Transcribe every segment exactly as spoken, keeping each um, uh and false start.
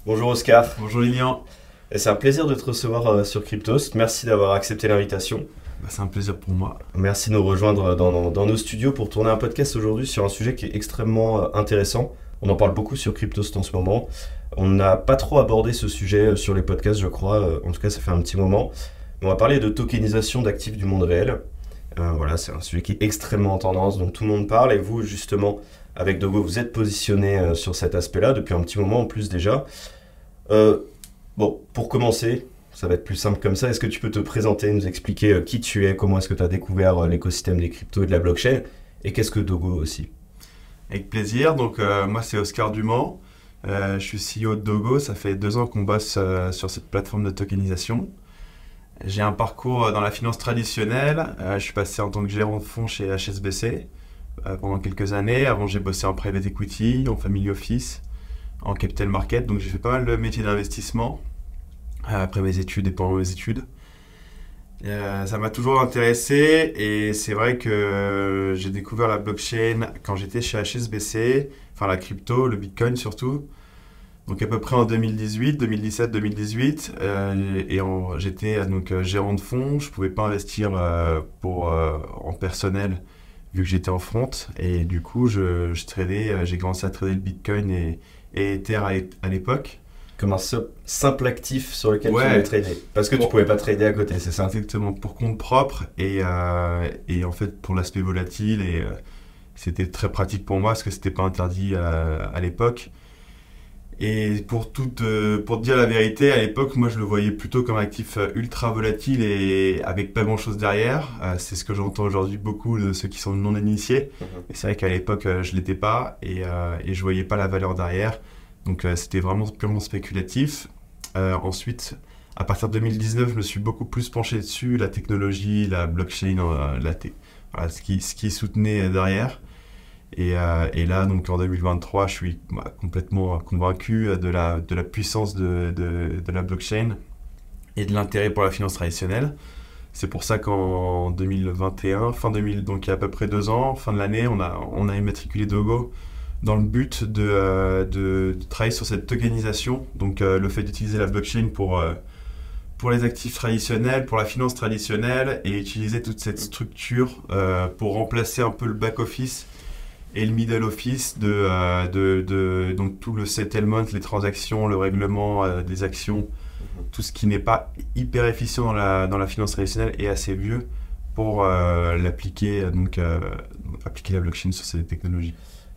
Bonjour Oscar, Bonjour Lilian. et c'est un plaisir de te recevoir euh, sur Cryptost. Merci d'avoir accepté l'invitation. Bah, c'est un plaisir pour moi. Merci de nous rejoindre dans, dans- dans nos studios pour tourner un podcast aujourd'hui sur un sujet qui est extrêmement euh, intéressant. On en parle beaucoup sur Cryptost en ce moment. On n'a pas trop abordé ce sujet euh, sur les podcasts, je crois. Euh, En tout cas, ça fait un petit moment. On va parler de tokenisation d'actifs du monde réel. Euh, voilà, c'est un sujet qui est extrêmement en tendance, dont tout le monde parle. Et vous, justement, avec Dogo, vous êtes positionné euh, sur cet aspect-là depuis un petit moment en plus déjà. Euh, bon, pour commencer, ça va être plus simple comme ça. Est-ce que tu peux te présenter, nous expliquer euh, qui tu es, comment est-ce que tu as découvert euh, l'écosystème des cryptos et de la blockchain, et qu'est-ce que Dogo aussi? Avec plaisir. Donc euh, moi c'est Oscar Dumont. Euh, je suis C E O de Dogo. Ça fait deux ans qu'on bosse euh, sur cette plateforme de tokenisation. J'ai un parcours dans la finance traditionnelle. Euh, je suis passé en tant que gérant de fonds chez H S B C euh, pendant quelques années. Avant j'ai bossé en private equity, en family office, en capital market. Donc j'ai fait pas mal de métiers d'investissement euh, après mes études et pendant mes études. Euh, ça m'a toujours intéressé et c'est vrai que euh, j'ai découvert la blockchain quand j'étais chez H S B C, enfin la crypto, le Bitcoin surtout. Donc à peu près en deux mille dix-huit, deux mille dix-sept, deux mille dix-huit, euh, et en- j'étais euh, donc euh, gérant de fonds. Je pouvais pas investir euh, pour euh, en personnel vu que j'étais en front et du coup je, je tradais, euh, j'ai commencé à trader le Bitcoin et, et Ether à, à l'époque. Comme un so- simple actif sur lequel tu Ouais. voulais trader. Parce que tu Bon. pouvais pas trader à côté, c'est ça? Exactement, pour compte propre et, euh, et en fait pour l'aspect volatile et euh, c'était très pratique pour moi parce que c'était pas interdit à, à l'époque. Et pour, tout, euh, pour te dire la vérité, à l'époque, moi je le voyais plutôt comme un actif euh, ultra volatile et avec pas grand chose derrière. Euh, c'est ce que j'entends aujourd'hui beaucoup de ceux qui sont non initiés. Mhm. Et c'est vrai qu'à l'époque, euh, je l'étais pas et, euh, et je voyais pas la valeur derrière. Donc euh, c'était vraiment purement spéculatif. Euh, ensuite, à partir de deux mille dix-neuf, je me suis beaucoup plus penché dessus, la technologie, la blockchain, euh, la té- voilà, ce, qui, ce qui soutenait derrière. Et, euh, et là, donc en deux mille vingt-trois, je suis bah, complètement convaincu de la, de la puissance de, de, de la blockchain et de l'intérêt pour la finance traditionnelle. C'est pour ça qu'en deux mille vingt et un, fin deux mille, donc il y a à peu près deux ans, fin de l'année, on a, on a immatriculé Dogo dans le but de, euh, de, de travailler sur cette tokenisation, donc euh, le fait d'utiliser la blockchain pour, euh, pour les actifs traditionnels, pour la finance traditionnelle, et utiliser toute cette structure euh, pour remplacer un peu le back-office et le middle office de, euh, de, de donc tout le settlement, les transactions, le règlement euh, des actions, tout ce qui n'est pas hyper efficient dans la, dans la finance traditionnelle est assez vieux pour euh, l'appliquer, donc euh, appliquer la blockchain sur ces technologies.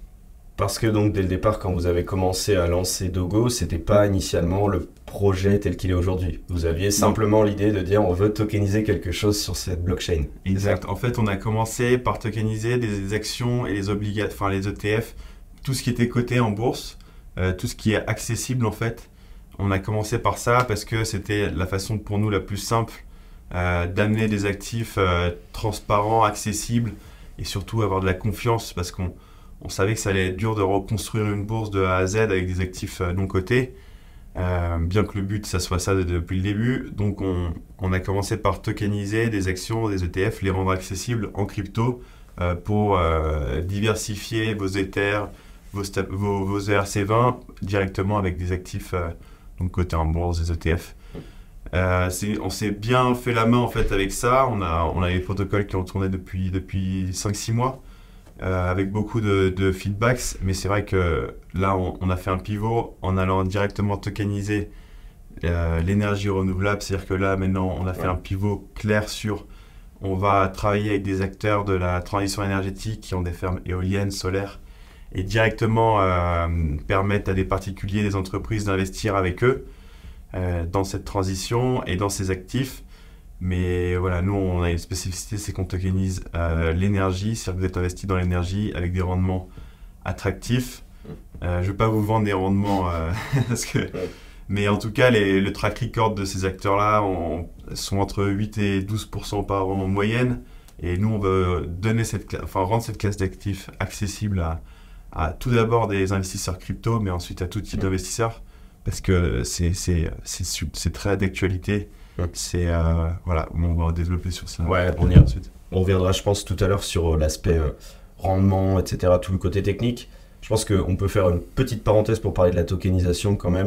Parce que donc dès le départ, quand vous avez commencé à lancer Dogo, c'était pas initialement le projet tel qu'il est aujourd'hui. Vous aviez simplement l'idée de dire on veut tokeniser quelque chose sur cette blockchain. Exact. En fait, on a commencé par tokeniser des actions et les obligations, enfin les E T F, tout ce qui était coté en bourse, euh, tout ce qui est accessible en fait. On a commencé par ça parce que c'était la façon pour nous la plus simple euh, d'amener des actifs euh, transparents, accessibles et surtout avoir de la confiance parce qu'on on savait que ça allait être dur de reconstruire une bourse de A à Z avec des actifs euh, non cotés. Euh, bien que le but, ça soit ça de- depuis le début. Donc, on, on a commencé par tokeniser des actions, des E T F, les rendre accessibles en crypto euh, pour euh, diversifier vos Ethers, vos, sta- vos, vos E R C vingt directement avec des actifs euh, donc cotés en bourse, des E T F. Euh, c'est- on s'est bien fait la main en fait avec ça. On a, on a les protocoles qui ont tourné depuis, depuis cinq six mois. Euh, avec beaucoup de, de feedbacks, mais c'est vrai que là, on, on a fait un pivot en allant directement tokeniser euh, l'énergie renouvelable. C'est-à-dire que là, maintenant, on a fait un pivot clair sur on va travailler avec des acteurs de la transition énergétique qui ont des fermes éoliennes, solaires, et directement euh, permettre à des particuliers, des entreprises d'investir avec eux euh, dans cette transition et dans ces actifs. Mais voilà, nous, on a une spécificité, c'est qu'on tokenise euh, l'énergie, c'est-à-dire que vous êtes investi dans l'énergie avec des rendements attractifs. Euh, je ne vais pas vous vendre des rendements, euh, parce que... mais en tout cas, les, le track record de ces acteurs-là on- sont entre huit et douze pour cent par an en moyenne. Et nous, on veut donner cette, cla- enfin, rendre cette classe d'actifs accessible à, à tout d'abord des investisseurs crypto, mais ensuite à tout type d'investisseurs, parce que c'est, c'est, c'est, su- c'est très d'actualité. C'est euh, voilà, on va développer sur ça. Ouais, on on y y- ensuite. On reviendra, je pense, tout à l'heure sur euh, l'aspect euh, rendement, et cetera, tout le côté technique. Je pense qu'on peut faire une petite parenthèse pour parler de la tokenisation quand même,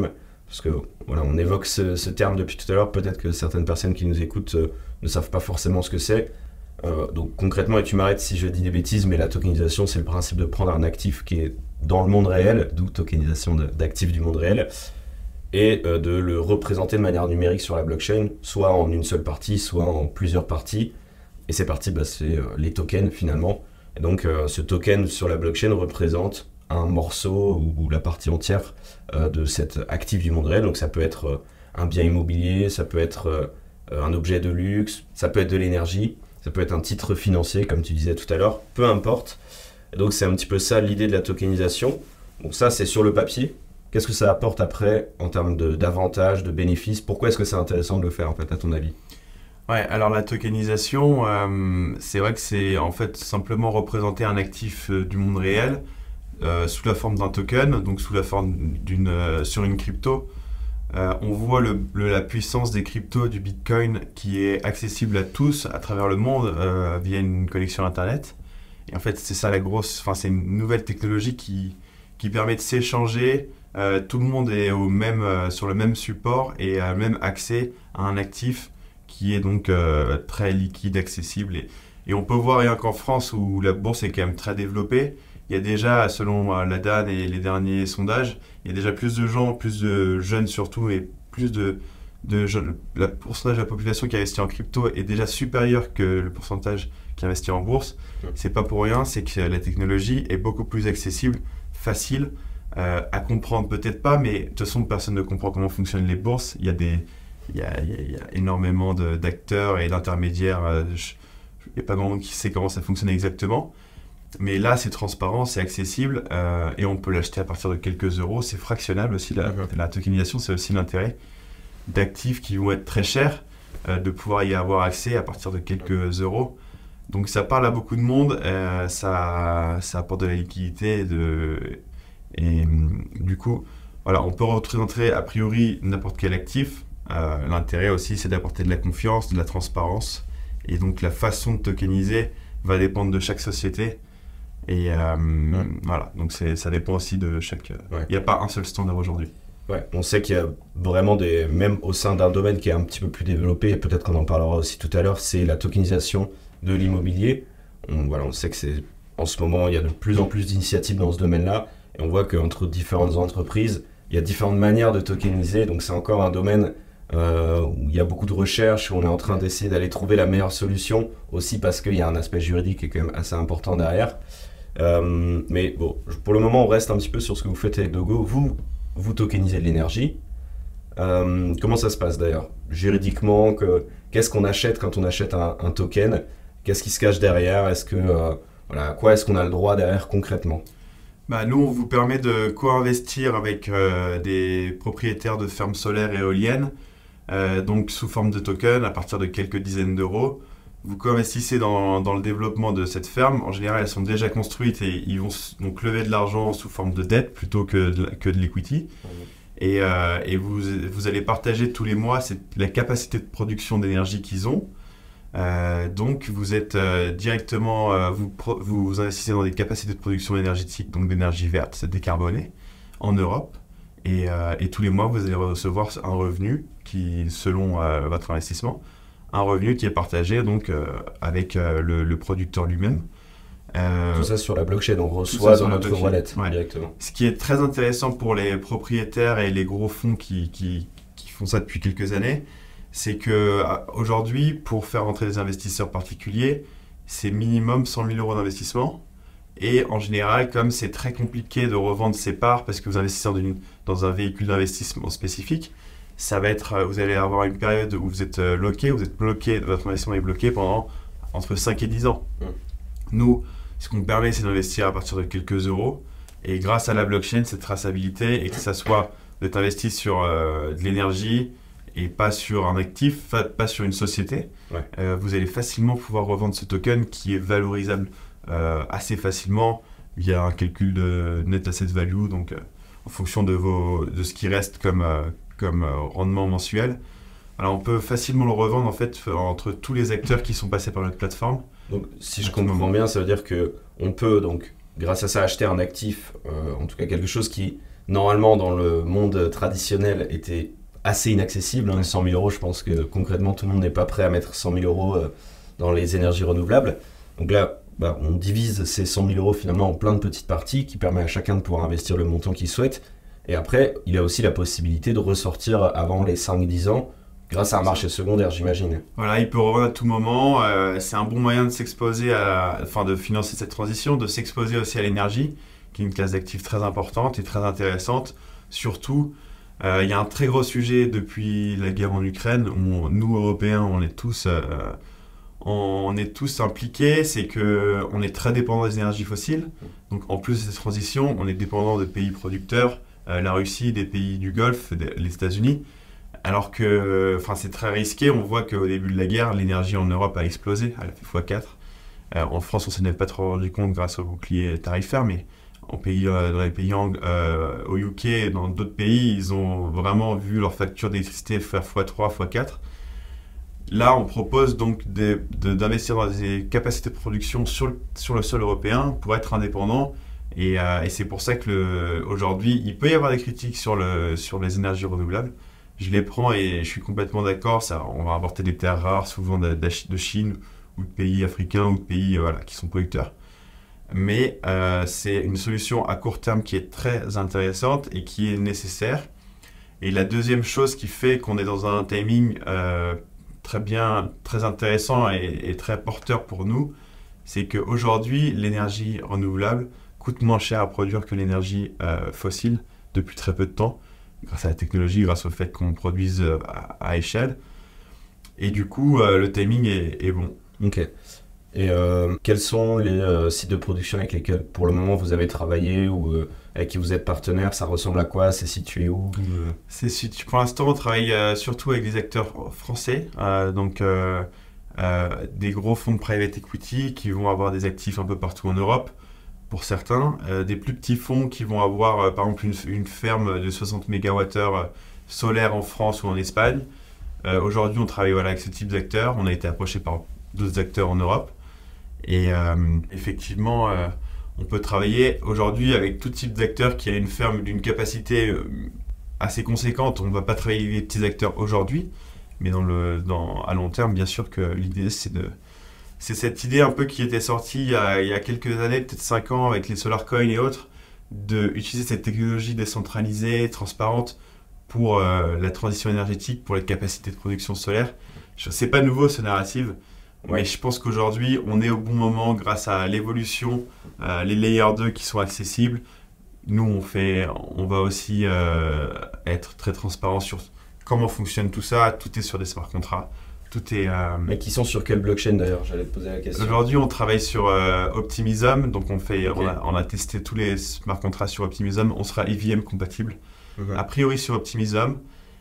parce que voilà, on évoque ce, ce terme depuis tout à l'heure, peut-être que certaines personnes qui nous écoutent euh, ne savent pas forcément ce que c'est. Euh, donc concrètement, et tu m'arrêtes si je dis des bêtises, mais la tokenisation, c'est le principe de prendre un actif qui est dans le monde réel, d'où tokenisation de, d'actifs du monde réel, et euh, de le représenter de manière numérique sur la blockchain, soit en une seule partie, soit en plusieurs parties. Et ces parties, bah, c'est euh, les tokens finalement. Et donc euh, ce token sur la blockchain représente un morceau ou, ou la partie entière euh, de cet actif du monde réel. Donc ça peut être euh, un bien immobilier, ça peut être euh, un objet de luxe, ça peut être de l'énergie, ça peut être un titre financier comme tu disais tout à l'heure, peu importe. Et donc c'est un petit peu ça l'idée de la tokenisation. Donc ça c'est sur le papier. Qu'est-ce que ça apporte après en termes de, d'avantages, de bénéfices? Pourquoi est-ce que c'est intéressant de le faire en fait à ton avis? Ouais, alors la tokenisation, euh, c'est vrai que c'est en fait simplement représenter un actif euh, du monde réel euh, sous la forme d'un token, donc sous la forme d'une euh, sur une crypto. Euh, on voit le, le- la puissance des cryptos, du Bitcoin, qui est accessible à tous à travers le monde euh, via une connexion Internet. Et en fait, c'est ça la grosse, enfin c'est une nouvelle technologie qui qui permet de s'échanger. Euh, tout le monde est au même, euh, sur le même support et a le même accès à un actif qui est donc euh, très liquide, accessible. Et, et on peut voir rien qu'en France où la bourse est quand même très développée, il y a déjà, selon euh, la D A N et les derniers sondages, il y a déjà plus de gens, plus de jeunes surtout, et plus de, de jeunes. Le pourcentage de la population qui investit en crypto est déjà supérieur que le pourcentage qui investit en bourse. C'est pas pour rien, c'est que la technologie est beaucoup plus accessible, facile, euh, à comprendre peut-être pas, mais de toute façon personne ne comprend comment fonctionnent les bourses. Il y a des, il y a, il y a- il y a énormément de- d'acteurs et d'intermédiaires. euh, je- Il n'y a pas grand monde qui sait comment ça fonctionne exactement. Mais là, c'est transparent, c'est accessible euh, et on peut l'acheter à partir de quelques euros. C'est fractionnable aussi. La, Mhm. la tokenisation, c'est aussi l'intérêt d'actifs qui vont être très chers, euh, de pouvoir y avoir accès à partir de quelques euros. Donc ça parle à beaucoup de monde, euh, ça, ça apporte de la liquidité et, de, et hum, du coup, voilà, on peut représenter a priori n'importe quel actif. Euh, l'intérêt aussi, c'est d'apporter de la confiance, de la transparence. Et donc la façon de tokeniser va dépendre de chaque société. Et euh, voilà, donc c'est, ça dépend aussi de chaque... Ouais. Il n'y a pas un seul standard aujourd'hui. Ouais, on sait qu'il y a vraiment des, même au sein d'un domaine qui est un petit peu plus développé, et peut-être qu'on en parlera aussi tout à l'heure, c'est la tokenisation de l'immobilier. On, voilà, on sait que c'est, en ce moment, il y a de plus en plus d'initiatives dans ce domaine-là, et on voit qu'entre différentes entreprises, il y a différentes manières de tokeniser, donc c'est encore un domaine euh, où il y a beaucoup de recherches, où on est en train d'essayer d'aller trouver la meilleure solution, aussi parce qu'il y a un aspect juridique qui est quand même assez important derrière. Euh, mais bon, pour le moment, on reste un petit peu sur ce que vous faites avec Dogo. Vous, vous tokenisez de l'énergie. Euh, comment ça se passe d'ailleurs? Juridiquement, que, qu'est-ce qu'on achète quand on achète un, un token? Qu'est-ce qui se cache derrière? Est-ce que, euh, voilà, à quoi est-ce qu'on a le droit derrière concrètement? Bah, nous, on vous permet de co-investir avec euh, des propriétaires de fermes solaires et éoliennes, euh, donc sous forme de token à partir de quelques dizaines d'euros. Vous co-investissez dans, dans le développement de cette ferme. En général, elles sont déjà construites et ils vont s- donc lever de l'argent sous forme de dette plutôt que de, que de l'equity. Et, euh, et vous, vous allez partager tous les mois cette- la capacité de production d'énergie qu'ils ont. Euh, donc vous êtes euh, directement, euh, vous, pro- vous, vous investissez dans des capacités de production énergétique, donc d'énergie verte, c'est décarbonée, en Europe. Et, euh, et tous les mois, vous allez recevoir un revenu qui, selon euh, votre investissement, un revenu qui est partagé donc euh, avec euh, le, le producteur lui-même. Euh, Tout ça sur la blockchain, on ça reçoit sur dans la notre blockchain, wallet ouais. directement. Ce qui est très intéressant pour les propriétaires et les gros fonds qui, qui, qui font ça depuis quelques années, c'est que à- aujourd'hui, pour faire rentrer des investisseurs particuliers, c'est minimum cent mille euros d'investissement. Et en général, comme c'est très compliqué de revendre ses parts parce que vous investissez dans, une- dans un véhicule d'investissement spécifique, ça va être, euh, vous allez avoir une période où vous êtes euh, loqué, vous êtes bloqué, votre investissement est bloqué pendant entre cinq et dix ans. Mm. Nous, ce qu'on permet, c'est d'investir à partir de quelques euros. Et grâce à la blockchain, cette traçabilité, et que ça soit d'être investi sur euh, de l'énergie et pas sur un actif, fa- pas sur une société, Ouais. euh, vous allez facilement pouvoir revendre ce token qui est valorisable euh, assez facilement via un calcul de net asset value, donc euh, en fonction de, vos, de ce qui reste comme, euh, comme euh, rendement mensuel. Alors on peut facilement le revendre en fait entre tous les acteurs qui sont passés par notre plateforme. Donc, si je À tout comprends moment. bien, ça veut dire que on peut donc, grâce à ça, acheter un actif, euh, en tout cas quelque chose qui normalement dans le monde traditionnel était assez inaccessible. Hein, cent mille euros, je pense que concrètement tout le monde n'est pas prêt à mettre cent mille euros euh, dans les énergies renouvelables. Donc là, bah, on divise ces cent mille euros finalement en plein de petites parties qui permet à chacun de pouvoir investir le montant qu'il souhaite. Et après, il a aussi la possibilité de ressortir avant les cinq dix ans grâce à un marché secondaire, j'imagine. Voilà, il peut revendre à tout moment. Euh, c'est un bon moyen de s'exposer, à, enfin de financer cette transition, de s'exposer aussi à l'énergie, qui est une classe d'actifs très importante et très intéressante. Surtout, euh, il y a un très gros sujet depuis la guerre en Ukraine, où nous, Européens, on est tous, euh, on est tous impliqués. C'est qu'on est très dépendants des énergies fossiles. Donc en plus de cette transition, on est dépendant de pays producteurs, euh, la Russie, des pays du Golfe, les États-Unis. Alors que enfin, c'est très risqué, on voit qu'au début de la guerre, l'énergie en Europe a explosé, elle a fait fois quatre. Euh, en France, on ne s'en est pas trop rendu compte grâce au bouclier tarifaire, mais en pays, euh, dans les pays ang- euh, au U K et dans d'autres pays, ils ont vraiment vu leur facture d'électricité faire fois trois, fois quatre. Là, on propose donc de, de, d'investir dans des capacités de production sur le, sur le sol européen pour être indépendant. Et, euh, et c'est pour ça qu'aujourd'hui, il peut y avoir des critiques sur, le, sur les énergies renouvelables. Je les prends et je suis complètement d'accord. Ça, on va importer des terres rares, souvent de, de Chine ou de pays africains ou de pays voilà, qui sont producteurs. Mais euh, c'est une solution à court terme qui est très intéressante et qui est nécessaire. Et la deuxième chose qui fait qu'on est dans un timing euh, très bien, très intéressant et, et très porteur pour nous, c'est qu'aujourd'hui, l'énergie renouvelable coûte moins cher à produire que l'énergie euh, fossile depuis très peu de temps, grâce à la technologie, grâce au fait qu'on produise à, à échelle. Et du coup, euh, le timing est, est bon. Ok. Et euh, quels sont les euh, sites de production avec lesquels, pour le moment, vous avez travaillé ou euh, avec qui vous êtes partenaire? Ça ressemble à quoi? C'est situé où? euh... C'est situé, pour l'instant, on travaille euh, surtout avec des acteurs français, euh, donc euh, euh, des gros fonds de private equity qui vont avoir des actifs un peu partout en Europe. Pour certains, euh, des plus petits fonds qui vont avoir euh, par exemple une, une ferme de soixante mégawattheures euh, solaire en France ou en Espagne. Euh, aujourd'hui, on travaille voilà, avec ce type d'acteurs. On a été approché par d'autres acteurs en Europe. Et euh, effectivement, euh, on peut travailler aujourd'hui avec tout type d'acteurs qui a une ferme d'une capacité euh, assez conséquente. On ne va pas travailler avec les petits acteurs aujourd'hui, mais dans le, dans, à long terme, bien sûr que l'idée, c'est de... C'est cette idée un peu qui était sortie il y a, il y a quelques années, peut-être cinq ans, avec les SolarCoin et autres, d'utiliser cette technologie décentralisée, transparente, pour euh, la transition énergétique, pour les capacités de production solaire. Ce n'est pas nouveau, ce narratif, ouais. Mais je pense qu'aujourd'hui, on est au bon moment grâce à l'évolution, euh, les layers deux qui sont accessibles. Nous, on, fait, on va aussi euh, être très transparent sur comment fonctionne tout ça. Tout est sur des smart contracts. Tout est, euh... Mais qui sont sur quelle blockchain d'ailleurs? J'allais te poser la question. Aujourd'hui, on travaille sur euh, Optimism, donc on, fait, okay. on, a, on a testé tous les smart contracts sur Optimism. On sera E V M compatible, okay. A priori sur Optimism.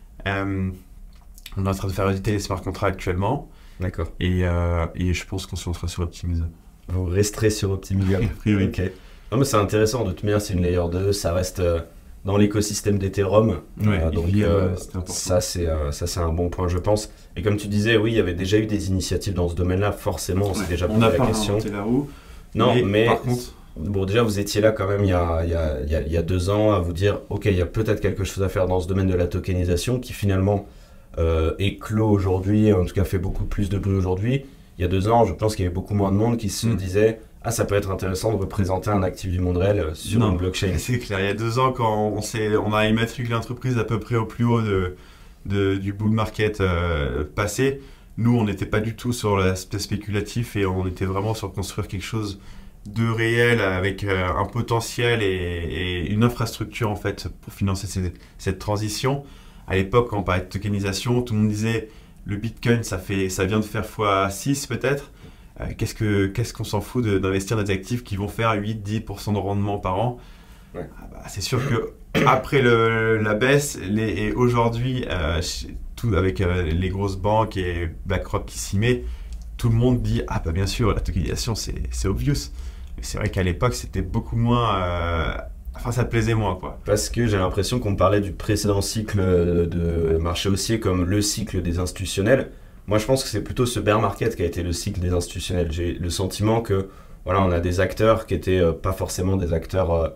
Euh, on est en train de faire auditer les smart contracts actuellement. D'accord. Et, euh, et je pense qu'on sera sur Optimism. Vous resterez sur Optimism. A priori. Okay. Non, mais c'est intéressant. De toute manière, c'est une layer deux. Ça reste euh, dans l'écosystème d'Ethereum. Ouais, euh, donc euh, ça, c'est, euh, ça, c'est un bon point, je pense. Et comme tu disais, oui, il y avait déjà eu des initiatives dans ce domaine-là. Forcément, on s'est ouais, déjà posé la question. On n'a pas inventé la roue. Non, mais, mais par contre... bon, déjà, vous étiez là quand même il y a, il y a, il y a, il y a deux ans à vous dire, ok, il y a peut-être quelque chose à faire dans ce domaine de la tokenisation qui finalement euh, est clos aujourd'hui, en tout cas fait beaucoup plus de bruit aujourd'hui. Il y a deux ans, je pense qu'il y avait beaucoup moins de monde qui se mmh. disait ah, ça peut être intéressant de représenter un actif du monde réel sur non, une blockchain. C'est clair, il y a deux ans, quand on, s'est, on a immatriculé l'entreprise à peu près au plus haut de, de, du bull market euh, passé, nous, on n'était pas du tout sur l'aspect spéculatif et on était vraiment sur construire quelque chose de réel avec euh, un potentiel et, et une infrastructure en fait pour financer ces, cette transition. À l'époque, quand on parlait de tokenisation, tout le monde disait le Bitcoin, ça, fait, ça vient de faire fois six peut-être. Euh, qu'est-ce, que, qu'est-ce qu'on s'en fout de, d'investir dans des actifs qui vont faire huit à dix pour cent de rendement par an? Ouais. Ah bah, c'est sûr qu'après la baisse, les, et aujourd'hui, euh, tout avec euh, les grosses banques et BlackRock qui s'y met, tout le monde dit ah bah bien sûr, la tokenisation c'est, c'est obvious. Mais c'est vrai qu'à l'époque, c'était beaucoup moins... Euh, enfin, ça plaisait moins, quoi. Parce que j'ai l'impression qu'on parlait du précédent cycle de marché haussier comme le cycle des institutionnels. Moi, je pense que c'est plutôt ce bear market qui a été le cycle des institutionnels. J'ai le sentiment que, voilà, on a des acteurs qui étaient euh, pas forcément des acteurs euh,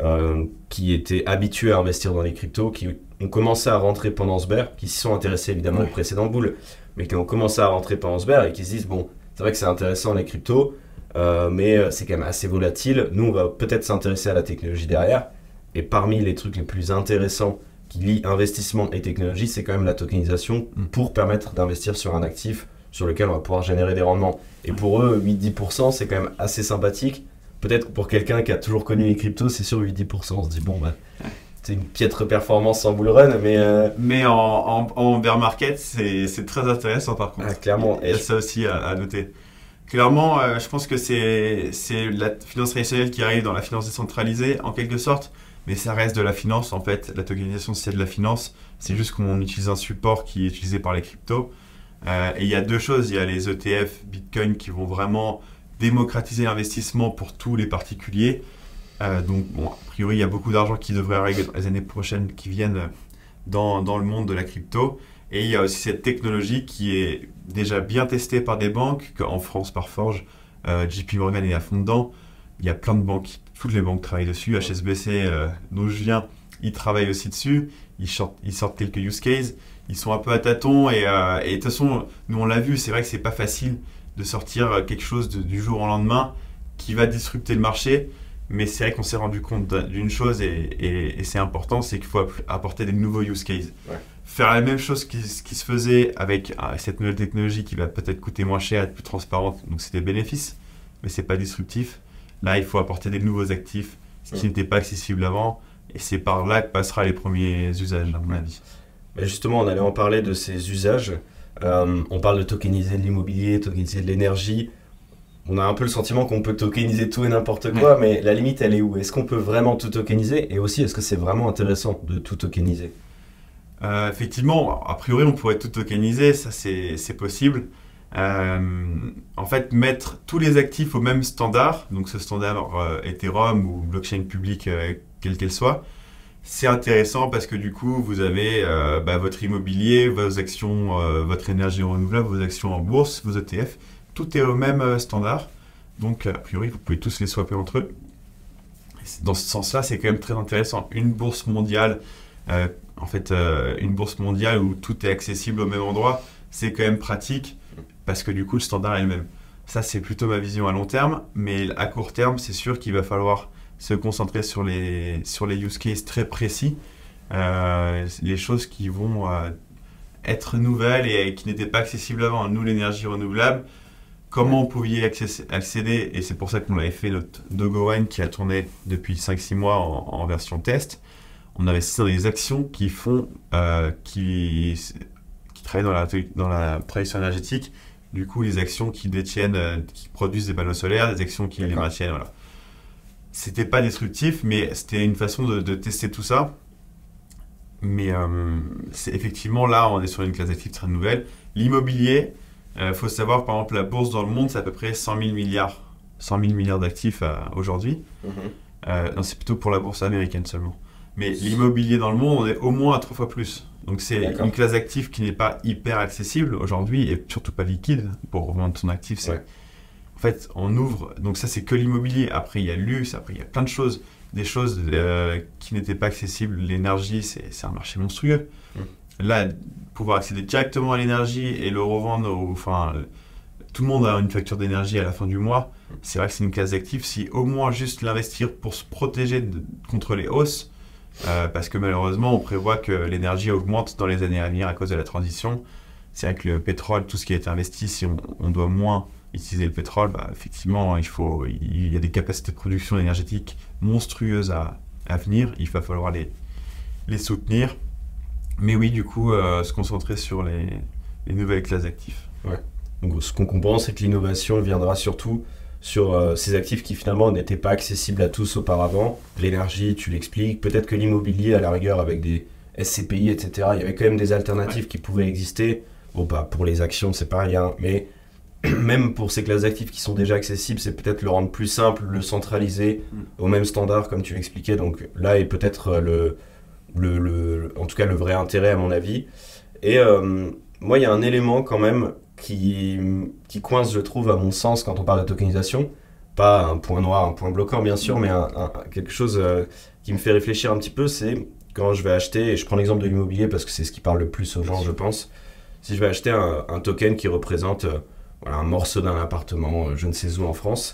euh, qui étaient habitués à investir dans les cryptos, qui ont commencé à rentrer pendant ce bear, qui s'y sont intéressés évidemment ouais. au précédent bull, mais qui ont commencé à rentrer pendant ce bear et qui se disent bon, c'est vrai que c'est intéressant les cryptos, euh, mais c'est quand même assez volatile. Nous, on va peut-être s'intéresser à la technologie derrière. Et parmi les trucs les plus intéressants qui lient investissement et technologie, c'est quand même la tokenisation pour permettre d'investir sur un actif sur lequel on va pouvoir générer des rendements. Et pour eux, huit à dix pour cent, c'est quand même assez sympathique. Peut-être que pour quelqu'un qui a toujours connu les cryptos, c'est sûr huit à dix pour cent. On se dit, bon, bah, c'est une piètre performance en bull run, mais... Euh... Mais en, en, en bear market, c'est, c'est très intéressant par contre. Ah, clairement. Il y a ça aussi à, à noter. Clairement, euh, je pense que c'est, c'est la finance traditionnelle qui arrive dans la finance décentralisée, en quelque sorte. Mais ça reste de la finance, en fait. La tokenisation, c'est de la finance. C'est juste qu'on utilise un support qui est utilisé par les cryptos. Euh, et il y a deux choses. Il y a les E T F Bitcoin qui vont vraiment démocratiser l'investissement pour tous les particuliers. Euh, donc, bon, a priori, il y a beaucoup d'argent qui devrait arriver dans les années prochaines qui viennent dans, dans le monde de la crypto. Et il y a aussi cette technologie qui est déjà bien testée par des banques, en France par Forge. Euh, J P Morgan est à fond dedans. Il y a plein de banques, toutes les banques travaillent dessus. H S B C, euh, d'où je viens, ils travaillent aussi dessus. Ils sortent, ils sortent quelques use cases. Ils sont un peu à tâtons. Et, euh, et de toute façon, nous on l'a vu, c'est vrai que c'est pas facile de sortir quelque chose de, du jour au lendemain qui va disrupter le marché. Mais c'est vrai qu'on s'est rendu compte d'une chose et, et, et c'est important, c'est qu'il faut apporter des nouveaux use cases. Ouais. Faire la même chose qui, qui se faisait avec euh, cette nouvelle technologie qui va peut-être coûter moins cher, être plus transparente. Donc c'est des bénéfices, mais c'est pas disruptif. Là, il faut apporter des nouveaux actifs, ce qui mmh. n'était pas accessible avant. Et c'est par là que passera les premiers usages, à mon avis. Mais justement, on allait en parler de ces usages. Euh, on parle de tokeniser de l'immobilier, tokeniser de l'énergie. On a un peu le sentiment qu'on peut tokeniser tout et n'importe quoi, mmh. mais la limite, elle est où? Est-ce qu'on peut vraiment tout tokeniser? Et aussi, est-ce que c'est vraiment intéressant de tout tokeniser? euh, Effectivement, a priori, on pourrait tout tokeniser, ça c'est, c'est possible. Euh, en fait, mettre tous les actifs au même standard, donc ce standard euh, Ethereum ou blockchain publique, euh, quelle qu'elle soit, c'est intéressant parce que du coup, vous avez euh, bah, votre immobilier, vos actions, euh, votre énergie renouvelable, vos actions en bourse, vos E T F, tout est au même euh, standard. Donc, a priori, vous pouvez tous les swapper entre eux. Dans ce sens-là, c'est quand même très intéressant. Une bourse mondiale, euh, en fait, euh, une bourse mondiale où tout est accessible au même endroit, c'est quand même pratique. Parce que du coup, le standard est le même. Ça, c'est plutôt ma vision à long terme. Mais à court terme, c'est sûr qu'il va falloir se concentrer sur les, sur les use cases très précis. Euh, les choses qui vont euh, être nouvelles et qui n'étaient pas accessibles avant. Nous, l'énergie renouvelable, comment on pouvait y accéder? Et c'est pour ça qu'on l'avait fait, notre Dogowan, qui a tourné depuis cinq six mois en, en version test. On investit dans des actions qui font... Euh, qui, qui travaillent dans la, dans la transition énergétique. Du coup, les actions qui détiennent, euh, qui produisent des panneaux solaires, des actions qui D'accord. les maintiennent, voilà. C'était pas disruptif, mais c'était une façon de, de tester tout ça. Mais euh, c'est effectivement, là, on est sur une classe d'actifs très nouvelle. L'immobilier, il euh, faut savoir, par exemple, la bourse dans le monde, c'est à peu près cent mille milliards. cent mille milliards d'actifs euh, aujourd'hui. Mm-hmm. Euh, non, c'est plutôt pour la bourse américaine seulement. Mais l'immobilier dans le monde, on est au moins à trois fois plus. Donc c'est D'accord. une classe d'actifs qui n'est pas hyper accessible aujourd'hui et surtout pas liquide pour revendre son actif. C'est... Ouais. En fait, on ouvre, donc ça c'est que l'immobilier. Après il y a le luxe, après il y a plein de choses, des choses euh, qui n'étaient pas accessibles. L'énergie, c'est, c'est un marché monstrueux. Mmh. Là, pouvoir accéder directement à l'énergie et le revendre, au, enfin, tout le monde a une facture d'énergie à la fin du mois. Mmh. C'est vrai que c'est une classe d'actifs. Si au moins juste l'investir pour se protéger de, contre les hausses, Euh, parce que malheureusement, on prévoit que l'énergie augmente dans les années à venir à cause de la transition. C'est vrai que le pétrole, tout ce qui a été investi, si on, on doit moins utiliser le pétrole, bah, effectivement, il, faut, il y a des capacités de production énergétique monstrueuses à, à venir. Il va falloir les, les soutenir. Mais oui, du coup, euh, se concentrer sur les, les nouvelles classes d'actifs. Ouais. Donc, ce qu'on comprend, c'est que l'innovation viendra surtout sur euh, ces actifs qui finalement n'étaient pas accessibles à tous auparavant. L'énergie, tu l'expliques. Peut-être que l'immobilier, à la rigueur, avec des S C P I, et cetera, il y avait quand même des alternatives ouais. qui pouvaient exister. Bon, bah, pour les actions, c'est pas rien. Mais même pour ces classes d'actifs qui sont déjà accessibles, c'est peut-être le rendre plus simple, le centraliser mm. au même standard, comme tu l'expliquais. Donc là est peut-être le, le, le, en tout cas le vrai intérêt, à mon avis. Et euh, moi, il y a un élément quand même qui, qui coince, je trouve, à mon sens, quand on parle de tokenisation, pas un point noir, un point bloquant bien sûr, mais un, un, quelque chose euh, qui me fait réfléchir un petit peu, c'est quand je vais acheter, et je prends l'exemple de l'immobilier parce que c'est ce qui parle le plus aux gens je pense, si je vais acheter un, un token qui représente euh, voilà, un morceau d'un appartement, euh, je ne sais où en France,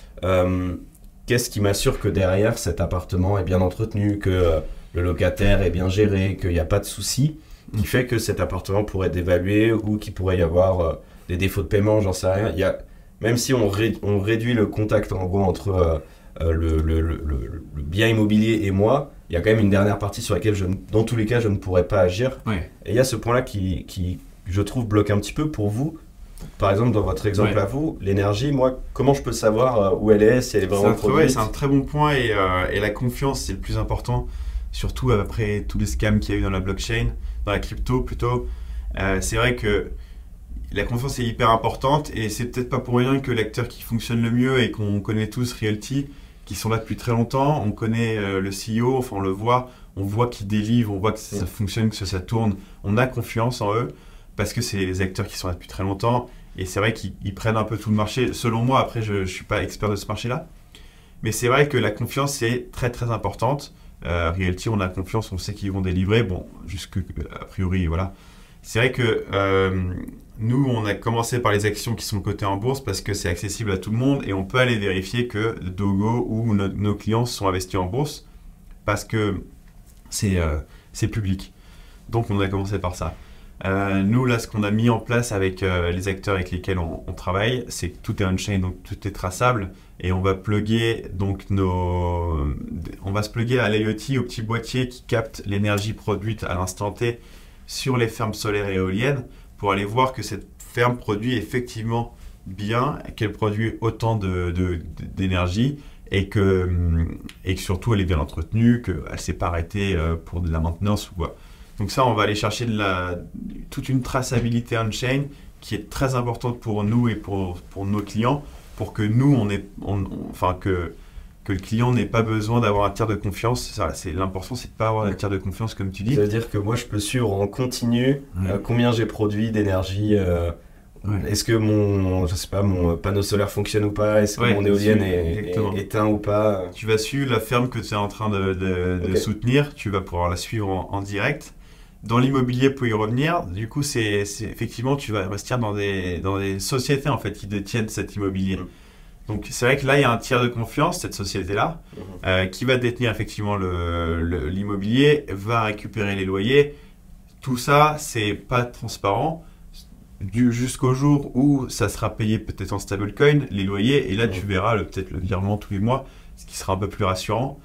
euh, qu'est-ce qui m'assure que derrière cet appartement est bien entretenu, que euh, le locataire est bien géré, qu'il n'y a pas de soucis, qui fait que cet appartement pourrait être dévalué ou qu'il pourrait y avoir euh, des défauts de paiement, j'en sais rien. Il y a, même si on, ré, on réduit le contact en gros entre euh, euh, le, le, le, le, le bien immobilier et moi, il y a quand même une dernière partie sur laquelle, je, dans tous les cas, je ne pourrais pas agir. Ouais. Et il y a ce point-là qui, qui, je trouve, bloque un petit peu pour vous. Par exemple, dans votre exemple ouais. à vous, l'énergie, moi, comment je peux savoir où elle est, si elle est vraiment c'est un, produite? ouais, c'est un très bon point et, euh, et la confiance, c'est le plus important, surtout après tous les scams qu'il y a eu dans la blockchain, dans la crypto plutôt. Euh, c'est vrai que la confiance est hyper importante et c'est peut-être pas pour rien que l'acteur qui fonctionne le mieux et qu'on connaît tous, Realty, qui sont là depuis très longtemps, on connaît euh, le C E O, enfin on le voit, on voit qu'ils délivrent, on voit que ça fonctionne, que ça, ça tourne, on a confiance en eux parce que c'est les acteurs qui sont là depuis très longtemps et c'est vrai qu'ils prennent un peu tout le marché, selon moi, après je ne suis pas expert de ce marché-là, mais c'est vrai que la confiance c'est très très importante. Euh, Realty, on a confiance, on sait qu'ils vont délivrer, bon, jusque a priori, voilà. C'est vrai que euh, nous, on a commencé par les actions qui sont cotées en bourse parce que c'est accessible à tout le monde et on peut aller vérifier que Dogo ou no, nos clients sont investis en bourse parce que c'est euh, c'est public. Donc, on a commencé par ça. Euh, nous, là, ce qu'on a mis en place avec euh, les acteurs avec lesquels on, on travaille, c'est que tout est on-chain, donc tout est traçable et on va plugger donc nos, on va se plugger à l'IoT, au petit boîtier qui capte l'énergie produite à l'instant T sur les fermes solaires et éoliennes pour aller voir que cette ferme produit effectivement bien, qu'elle produit autant de, de, d'énergie et que, et que surtout elle est bien entretenue, qu'elle ne s'est pas arrêtée pour de la maintenance ou quoi. Donc ça, on va aller chercher de la, toute une traçabilité on-chain qui est très importante pour nous et pour, pour nos clients, pour que nous, on ait, on, on, enfin que, que le client n'ait pas besoin d'avoir un tiers de confiance. Ça, c'est, l'important, c'est de ne pas avoir un tiers de confiance, comme tu dis. Ça veut dire que moi, je peux suivre en continu ouais. euh, combien j'ai produit d'énergie. Euh, ouais. Est-ce que mon, je sais pas, mon panneau solaire fonctionne ou pas? Est-ce que ouais, mon éolienne est, est éteint ou pas? Tu vas suivre la ferme que tu es en train de, de, okay. de soutenir. Tu vas pouvoir la suivre en, en direct. Dans l'immobilier, pour y revenir, du coup, c'est, c'est effectivement, tu vas investir dans des, dans des sociétés en fait, qui détiennent cet immobilier. Mmh. Donc, c'est vrai que là, il y a un tiers de confiance, cette société-là, mmh. euh, qui va détenir effectivement le, le, l'immobilier, va récupérer les loyers. Tout ça, c'est pas transparent du, jusqu'au jour où ça sera payé peut-être en stablecoin, les loyers, et là, mmh. tu verras le, peut-être le virement tous les mois, ce qui sera un peu plus rassurant.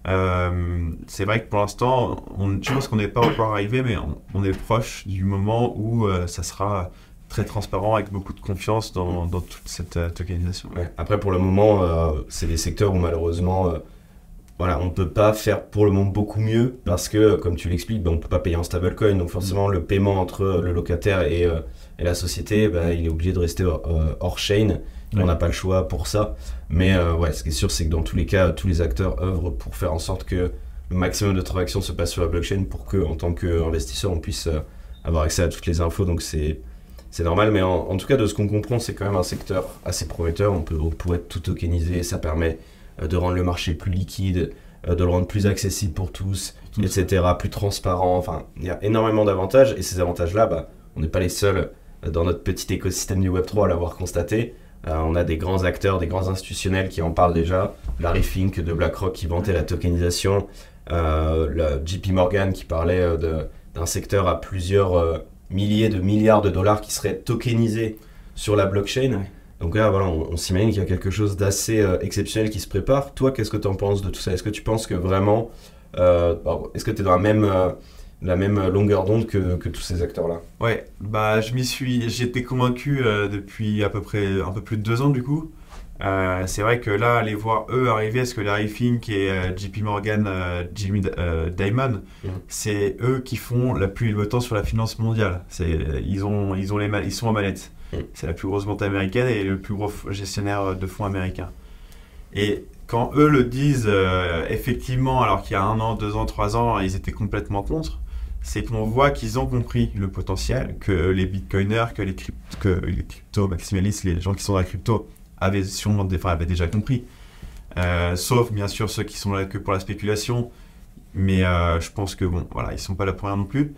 Euh, c'est vrai que pour l'instant, on, je pense qu'on n'est pas encore arrivé, mais on, on est proche du moment où euh, ça sera très transparent avec beaucoup de confiance dans, dans toute cette euh, tokenisation. Ouais. Après, pour le moment, euh, c'est des secteurs où malheureusement, euh, voilà, on ne peut pas faire pour le moment beaucoup mieux parce que, comme tu l'expliques, ben, on ne peut pas payer en stablecoin. Donc forcément, mmh. le paiement entre le locataire et, euh, et la société, ben, il est obligé de rester euh, hors chain. Ouais. On n'a pas le choix pour ça. Mais euh, ouais, ce qui est sûr, c'est que dans tous les cas, tous les acteurs œuvrent pour faire en sorte que le maximum de transactions se passe sur la blockchain pour qu'en tant qu'investisseur, on puisse euh, avoir accès à toutes les infos. Donc c'est, c'est normal. Mais en, en tout cas, de ce qu'on comprend, c'est quand même un secteur assez prometteur. On peut, on pourrait tout tokeniser. Ça permet euh, de rendre le marché plus liquide, euh, de le rendre plus accessible pour tous, tout et cetera, ça. Plus transparent. Enfin, il y a énormément d'avantages. Et ces avantages-là, bah, on n'est pas les seuls euh, dans notre petit écosystème du web trois à l'avoir constaté. Euh, on a des grands acteurs, des grands institutionnels qui en parlent déjà. Larry Fink de BlackRock qui vantait la tokenisation. Euh, le J P Morgan qui parlait euh, de, d'un secteur à plusieurs euh, milliers de milliards de dollars qui serait tokenisé sur la blockchain. Ouais. Donc là, voilà, on, on s'imagine qu'il y a quelque chose d'assez euh, exceptionnel qui se prépare. Toi, qu'est-ce que tu en penses de tout ça? Est-ce que tu penses que vraiment... Euh, est-ce que tu es dans la même... Euh, la même longueur d'onde que, que tous ces acteurs-là? Ouais, bah je m'y suis, j'étais convaincu euh, depuis à peu près un peu plus de deux ans du coup. Euh, c'est vrai que là, aller voir eux arriver, parce que Larry Fink et euh, J P Morgan, euh, Jimmy euh, Dimon, mmh. c'est eux qui font la pluie et le beau temps sur la finance mondiale. C'est, ils, ont, ils, ont les ma- ils sont en manette. Mmh. C'est la plus grosse banque américaine et le plus gros gestionnaire de fonds américain. Et quand eux le disent, euh, effectivement, alors qu'il y a un an, deux ans, trois ans, ils étaient complètement contre, c'est qu'on voit qu'ils ont compris le potentiel, que les bitcoiners, que les, crypt- que les crypto-maximalistes, les gens qui sont dans la crypto, avaient sûrement des, enfin, avaient déjà compris. Euh, sauf bien sûr ceux qui sont là que pour la spéculation. Mais euh, je pense que bon, voilà, ils sont pas là pour rien non plus.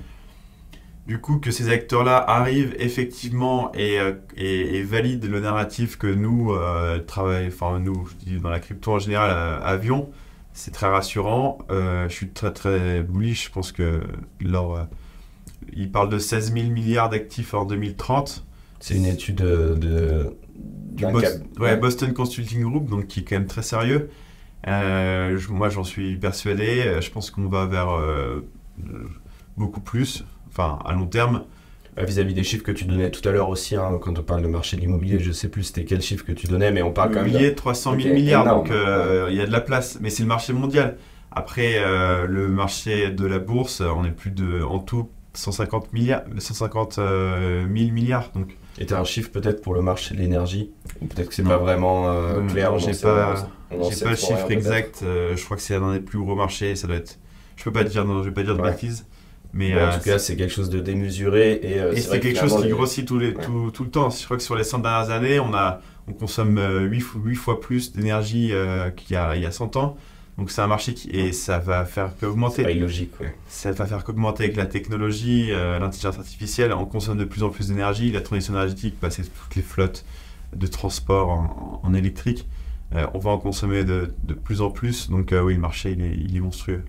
Du coup, que ces acteurs-là arrivent effectivement et, euh, et, et valident le narratif que nous, euh, travaillons, enfin nous, je dis dans la crypto en général, euh, avions, c'est très rassurant. Euh, je suis très très bullish. Je pense que leur, euh, ils parlent de seize mille milliards d'actifs en deux mille trente. C'est une étude de, de du Bos- cap- ouais, Boston Consulting Group, donc qui est quand même très sérieux. Euh, je, moi, j'en suis persuadé. Je pense qu'on va vers euh, beaucoup plus. Enfin, à long terme. Vis-à-vis des chiffres que tu donnais tout à l'heure aussi, hein, quand on parle de marché de l'immobilier, je ne sais plus c'était quel chiffre que tu donnais, mais on parle quand même... L'immobilier, trois cent mille okay, milliards, énorme, donc il euh, ouais. y a de la place. Mais c'est le marché mondial. Après, euh, le marché de la bourse, on est plus de, en tout, cent cinquante milliards, cent cinquante mille milliards. Donc. Et tu as un chiffre peut-être pour le marché de l'énergie? Peut-être que c'est pas vraiment euh, clair. Non, j'ai pas, j'ai pas le chiffre exact. Euh, je crois que c'est un des plus gros marchés. Ça doit être... Je peux pas dire, non, je vais pas dire de ouais. bêtises. Mais bon, euh, en tout cas, c'est quelque chose de démesuré. Et, euh, et c'est, c'est quelque chose qui les... grossit tout, les, ouais. tout, tout le temps. Je crois que sur les cent dernières années, on, a, on consomme huit fois plus d'énergie euh, qu'il y a, il y a cent ans. Donc c'est un marché qui... Et ça va faire qu'augmenter. C'est pas illogique, ouais. Ça va faire qu'augmenter avec la technologie, euh, l'intelligence artificielle. On consomme de plus en plus d'énergie. La transition énergétique, passer toutes les flottes de transport en, en électrique. Euh, on va en consommer de, de plus en plus. Donc euh, oui, le marché, il est, il est monstrueux.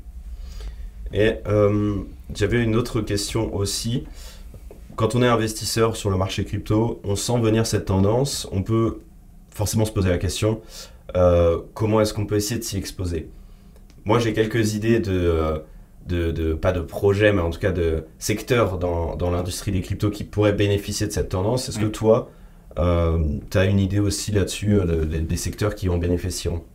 Et euh, j'avais une autre question aussi. Quand on est investisseur sur le marché crypto, on sent venir cette tendance, on peut forcément se poser la question, euh, comment est-ce qu'on peut essayer de s'y exposer? Moi, j'ai quelques idées de, de, de, pas de projets, mais en tout cas de secteurs dans, dans l'industrie des cryptos qui pourraient bénéficier de cette tendance. Est-ce oui. que toi, euh, tu as une idée aussi là-dessus, de, de, des secteurs qui en bénéficieront?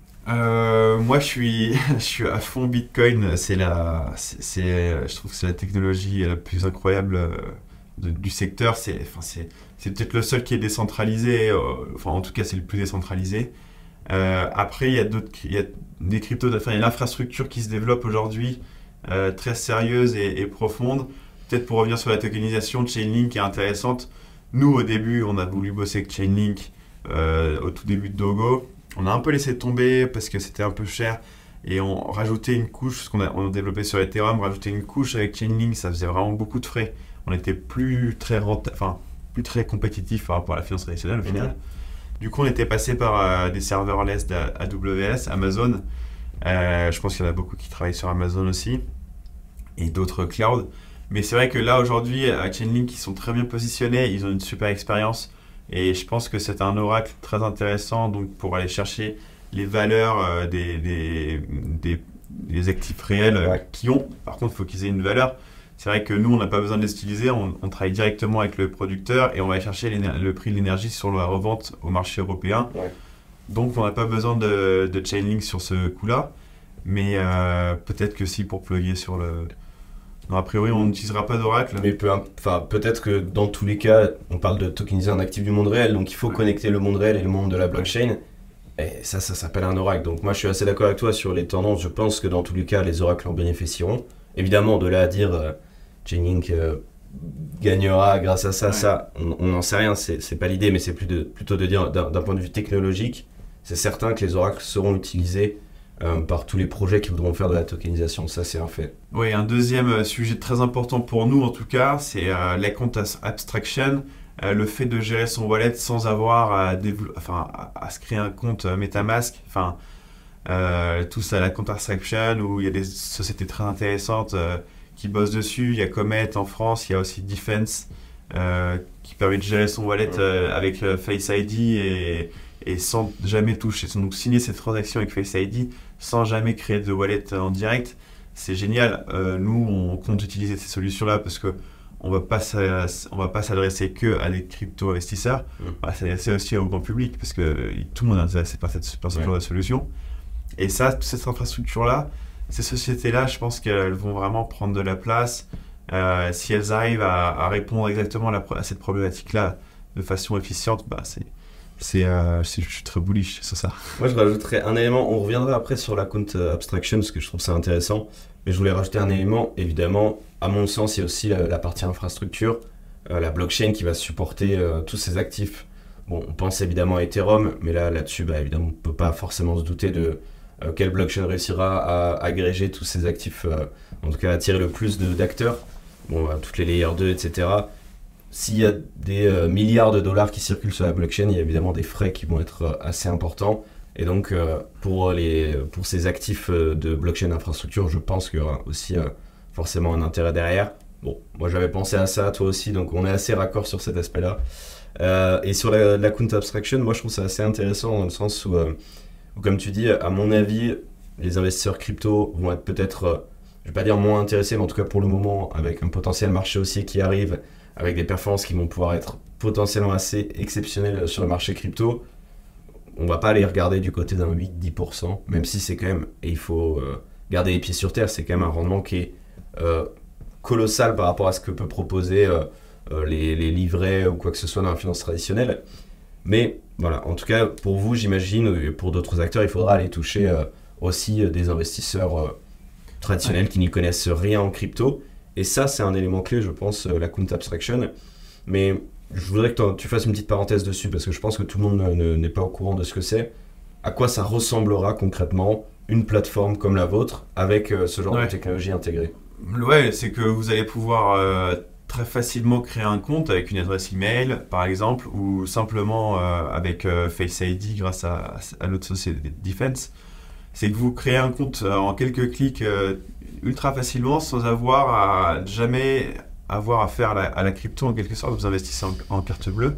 Euh, moi, je suis, je suis à fond Bitcoin. C'est la, c'est, c'est, je trouve que c'est la technologie la plus incroyable euh, de, du secteur. C'est, enfin, c'est, c'est peut-être le seul qui est décentralisé. Euh, enfin, en tout cas, c'est le plus décentralisé. Euh, après, il y a d'autres, il y a des cryptos. Enfin, il y a l'infrastructure qui se développe aujourd'hui, euh, très sérieuse et, et profonde. Peut-être pour revenir sur la tokenisation, Chainlink est intéressante. Nous, au début, on a voulu bosser avec Chainlink euh, au tout début de Dogo. On a un peu laissé tomber parce que c'était un peu cher et on rajoutait une couche, ce qu'on a, on a développé sur Ethereum, rajouter une couche avec Chainlink, ça faisait vraiment beaucoup de frais. On était plus très renta- enfin, plus très compétitif par rapport à la finance traditionnelle au final. Mm-hmm. Du coup, on était passé par euh, des serverless d'A W S, Amazon. Euh, je pense qu'il y en a beaucoup qui travaillent sur Amazon aussi et d'autres clouds. Mais c'est vrai que là, aujourd'hui, à Chainlink, ils sont très bien positionnés, ils ont une super expérience. Et je pense que c'est un oracle très intéressant donc pour aller chercher les valeurs euh, des, des, des, des actifs réels euh, ouais. qui ont. Par contre, il faut qu'ils aient une valeur. C'est vrai que nous, on n'a pas besoin de les utiliser. On, on travaille directement avec le producteur et on va aller chercher le prix de l'énergie sur la revente au marché européen. Ouais. Donc, on n'a pas besoin de, de Chainlink sur ce coup-là. Mais euh, peut-être que si pour plugger sur le... Non, a priori, on n'utilisera pas d'oracle. Mais peu, enfin, peut-être que dans tous les cas, on parle de tokeniser un actif du monde réel, donc il faut ouais. connecter le monde réel et le monde de la blockchain. Et ça, ça s'appelle un oracle. Donc moi, je suis assez d'accord avec toi sur les tendances. Je pense que dans tous les cas, les oracles en bénéficieront. Évidemment, de là à dire euh, Chainlink euh, gagnera grâce à ça, ouais. ça, on n'en sait rien. C'est, c'est pas l'idée, mais c'est plus de, plutôt de dire d'un, d'un point de vue technologique, c'est certain que les oracles seront utilisés Euh, par tous les projets qui voudront faire de la tokenisation, ça c'est un fait. Oui, un deuxième sujet très important pour nous en tout cas, c'est euh, la compte abstraction, euh, le fait de gérer son wallet sans avoir à, dévelop- enfin, à, à se créer un compte MetaMask, enfin euh, tout ça, la compte abstraction où il y a des sociétés très intéressantes euh, qui bossent dessus, il y a Comet en France, il y a aussi Defense euh, qui permet de gérer son wallet euh, avec euh, Face I D et et sans jamais toucher, donc signer cette transaction avec Face I D sans jamais créer de wallet en direct, c'est génial. Euh, nous, on compte utiliser ces solutions-là parce que on va pas on va pas s'adresser que à des crypto-investisseurs, mmh. on va s'adresser aussi au grand public parce que tout le monde est intéressé par cette, par ce ouais. genre de solution. Et ça, toute cette infrastructure-là, ces sociétés-là, je pense qu'elles vont vraiment prendre de la place euh, si elles arrivent à, à répondre exactement à, la, à cette problématique-là de façon efficiente. Bah, c'est C'est, euh, c'est, je suis très bullish sur ça. Moi, je rajouterais un élément. On reviendra après sur la compte abstraction parce que je trouve ça intéressant. Mais je voulais rajouter un élément. Évidemment, à mon sens, il y a aussi la, la partie infrastructure, euh, la blockchain qui va supporter euh, tous ces actifs. Bon, on pense évidemment à Ethereum, mais là, là-dessus, bah, évidemment, on ne peut pas forcément se douter de euh, quelle blockchain réussira à agréger tous ces actifs, euh, en tout cas attirer le plus de, d'acteurs. Bon, bah, toutes les layers deux, et cetera. S'il y a des euh, milliards de dollars qui circulent sur la blockchain, il y a évidemment des frais qui vont être euh, assez importants. Et donc, euh, pour, les, pour ces actifs euh, de blockchain infrastructure, je pense qu'il y aura aussi euh, forcément un intérêt derrière. Bon, moi j'avais pensé à ça, toi aussi, donc on est assez raccord sur cet aspect-là. Euh, et sur la, l'account abstraction, moi je trouve ça assez intéressant dans le sens où, euh, où, comme tu dis, à mon avis, les investisseurs crypto vont être peut-être, euh, je ne vais pas dire moins intéressés, mais en tout cas pour le moment, avec un potentiel marché haussier qui arrive, avec des performances qui vont pouvoir être potentiellement assez exceptionnelles sur le marché crypto, on ne va pas aller regarder du côté d'un huit à dix pour cent, même si c'est quand même, et il faut euh, garder les pieds sur terre, c'est quand même un rendement qui est euh, colossal par rapport à ce que peut proposer euh, euh, les, les livrets ou quoi que ce soit dans la finance traditionnelle. Mais voilà, en tout cas, pour vous, j'imagine, et pour d'autres acteurs, il faudra aller toucher euh, aussi euh, des investisseurs euh, traditionnels ouais. qui n'y connaissent rien en crypto. Et ça, c'est un élément clé, je pense, euh, l'account abstraction. Mais je voudrais que tu fasses une petite parenthèse dessus, parce que je pense que tout le monde ne, n'est pas au courant de ce que c'est. À quoi ça ressemblera concrètement une plateforme comme la vôtre avec euh, ce genre ouais. de technologie intégrée? Ouais, c'est que vous allez pouvoir euh, très facilement créer un compte avec une adresse email, par exemple, ou simplement euh, avec euh, Face I D grâce à, à notre société Defense. C'est que vous créez un compte euh, en quelques clics euh, ultra facilement sans avoir à jamais avoir affaire à la, à la crypto en quelque sorte. Vous investissez en, en carte bleue.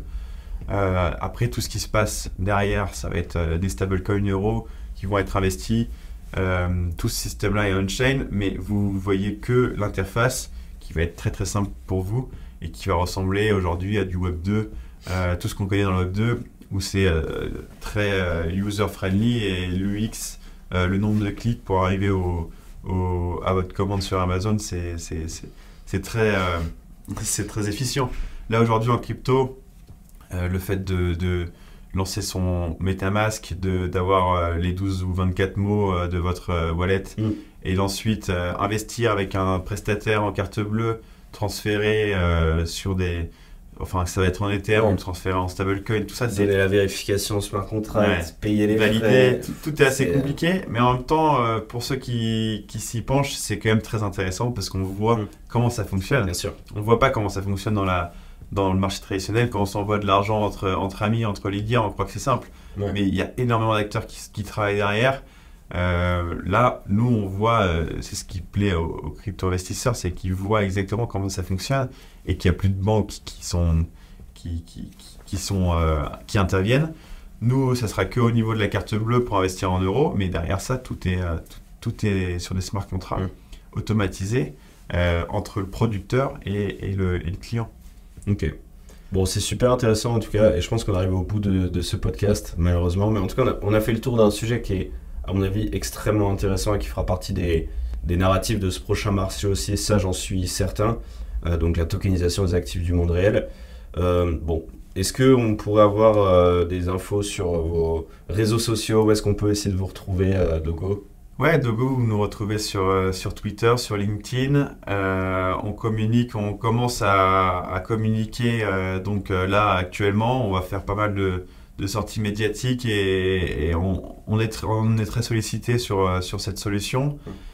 Euh, après, tout ce qui se passe derrière, ça va être euh, des stablecoins euros qui vont être investis. Euh, tout ce système-là est on-chain, mais vous voyez que l'interface qui va être très très simple pour vous et qui va ressembler aujourd'hui à du Web deux, euh, tout ce qu'on connaît dans le Web deux, où c'est euh, très euh, user-friendly et l'U X, euh, le nombre de clics pour arriver au, au, à votre commande sur Amazon, c'est, c'est, c'est, c'est, très, euh, c'est très efficient. Là aujourd'hui en crypto, euh, le fait de, de lancer son MetaMask, de, d'avoir euh, les douze ou vingt-quatre mots euh, de votre euh, wallet mm. et ensuite euh, investir avec un prestataire en carte bleue, transférer euh, sur des... Enfin, ça va être en Ethereum, ouais. transférer en stablecoin, tout ça. Donner c'est... la vérification smart contract, ouais. payer les valider, frais. Tout, tout est assez c'est... compliqué, mais en même temps, euh, pour ceux qui, qui s'y penchent, c'est quand même très intéressant parce qu'on voit mm. comment ça fonctionne. Bien sûr. On ne voit pas comment ça fonctionne dans la... dans le marché traditionnel, quand on s'envoie de l'argent entre, entre amis, entre les liens, on croit que c'est simple. Ouais. Mais il y a énormément d'acteurs qui, qui travaillent derrière. Euh, là, nous, on voit, euh, c'est ce qui plaît aux, aux crypto-investisseurs, c'est qu'ils voient exactement comment ça fonctionne et qu'il n'y a plus de banques qui, sont, qui, qui, qui, sont, euh, qui interviennent. Nous, ça sera qu'au niveau de la carte bleue pour investir en euros, mais derrière ça, tout est, euh, tout, tout est sur des smart contracts mmh. automatisés euh, entre le producteur et, et, le, et le client. Ok. Bon, c'est super intéressant en tout cas, et je pense qu'on arrive au bout de, de ce podcast, malheureusement. Mais en tout cas, on a, on a fait le tour d'un sujet qui est, à mon avis, extrêmement intéressant et qui fera partie des, des narratifs de ce prochain marché aussi, ça j'en suis certain. Euh, donc la tokenisation des actifs du monde réel. Euh, bon, est-ce qu'on pourrait avoir euh, des infos sur vos réseaux sociaux? Où est-ce qu'on peut essayer de vous retrouver, euh, Dogo? Ouais, Dogo, vous nous retrouvez sur, euh, sur Twitter, sur LinkedIn. Euh, on communique, on commence à, à communiquer. Euh, donc euh, là, actuellement, on va faire pas mal de, de sorties médiatiques et, et on, on, est tr- on est très sollicité sur, sur cette solution.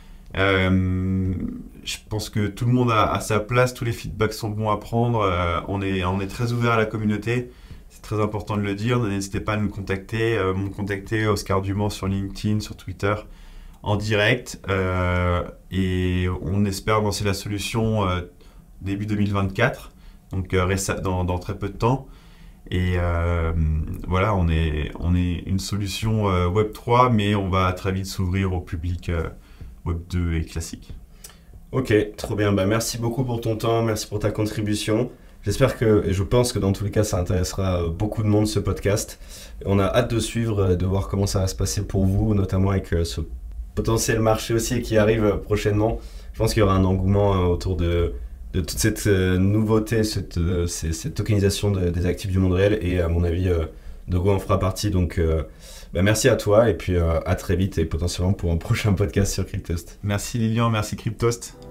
Euh, je pense que tout le monde a, a sa place, tous les feedbacks sont bons à prendre. Euh, on, est, on est très ouvert à la communauté. C'est très important de le dire. N'hésitez pas à nous contacter. Euh, me contacter Oscar Dumont sur LinkedIn, sur Twitter, en direct. Euh, et on espère lancer la solution euh, début deux mille vingt-quatre, donc euh, dans, dans très peu de temps. Et euh, voilà, on est, on est une solution euh, Web trois, mais on va très vite s'ouvrir au public euh, Web deux et classique. Ok, trop bien. Bah, merci beaucoup pour ton temps, merci pour ta contribution. J'espère que, et je pense que dans tous les cas, ça intéressera beaucoup de monde, ce podcast. On a hâte de suivre, de voir comment ça va se passer pour vous, notamment avec ce potentiel marché aussi qui arrive prochainement. Je pense qu'il y aura un engouement autour de, de toute cette nouveauté, cette, cette tokenisation de, des actifs du monde réel. Et à mon avis, Dogo en fera partie. Donc, bah merci à toi et puis à très vite et potentiellement pour un prochain podcast sur Cryptost. Merci Lilian, merci Cryptost.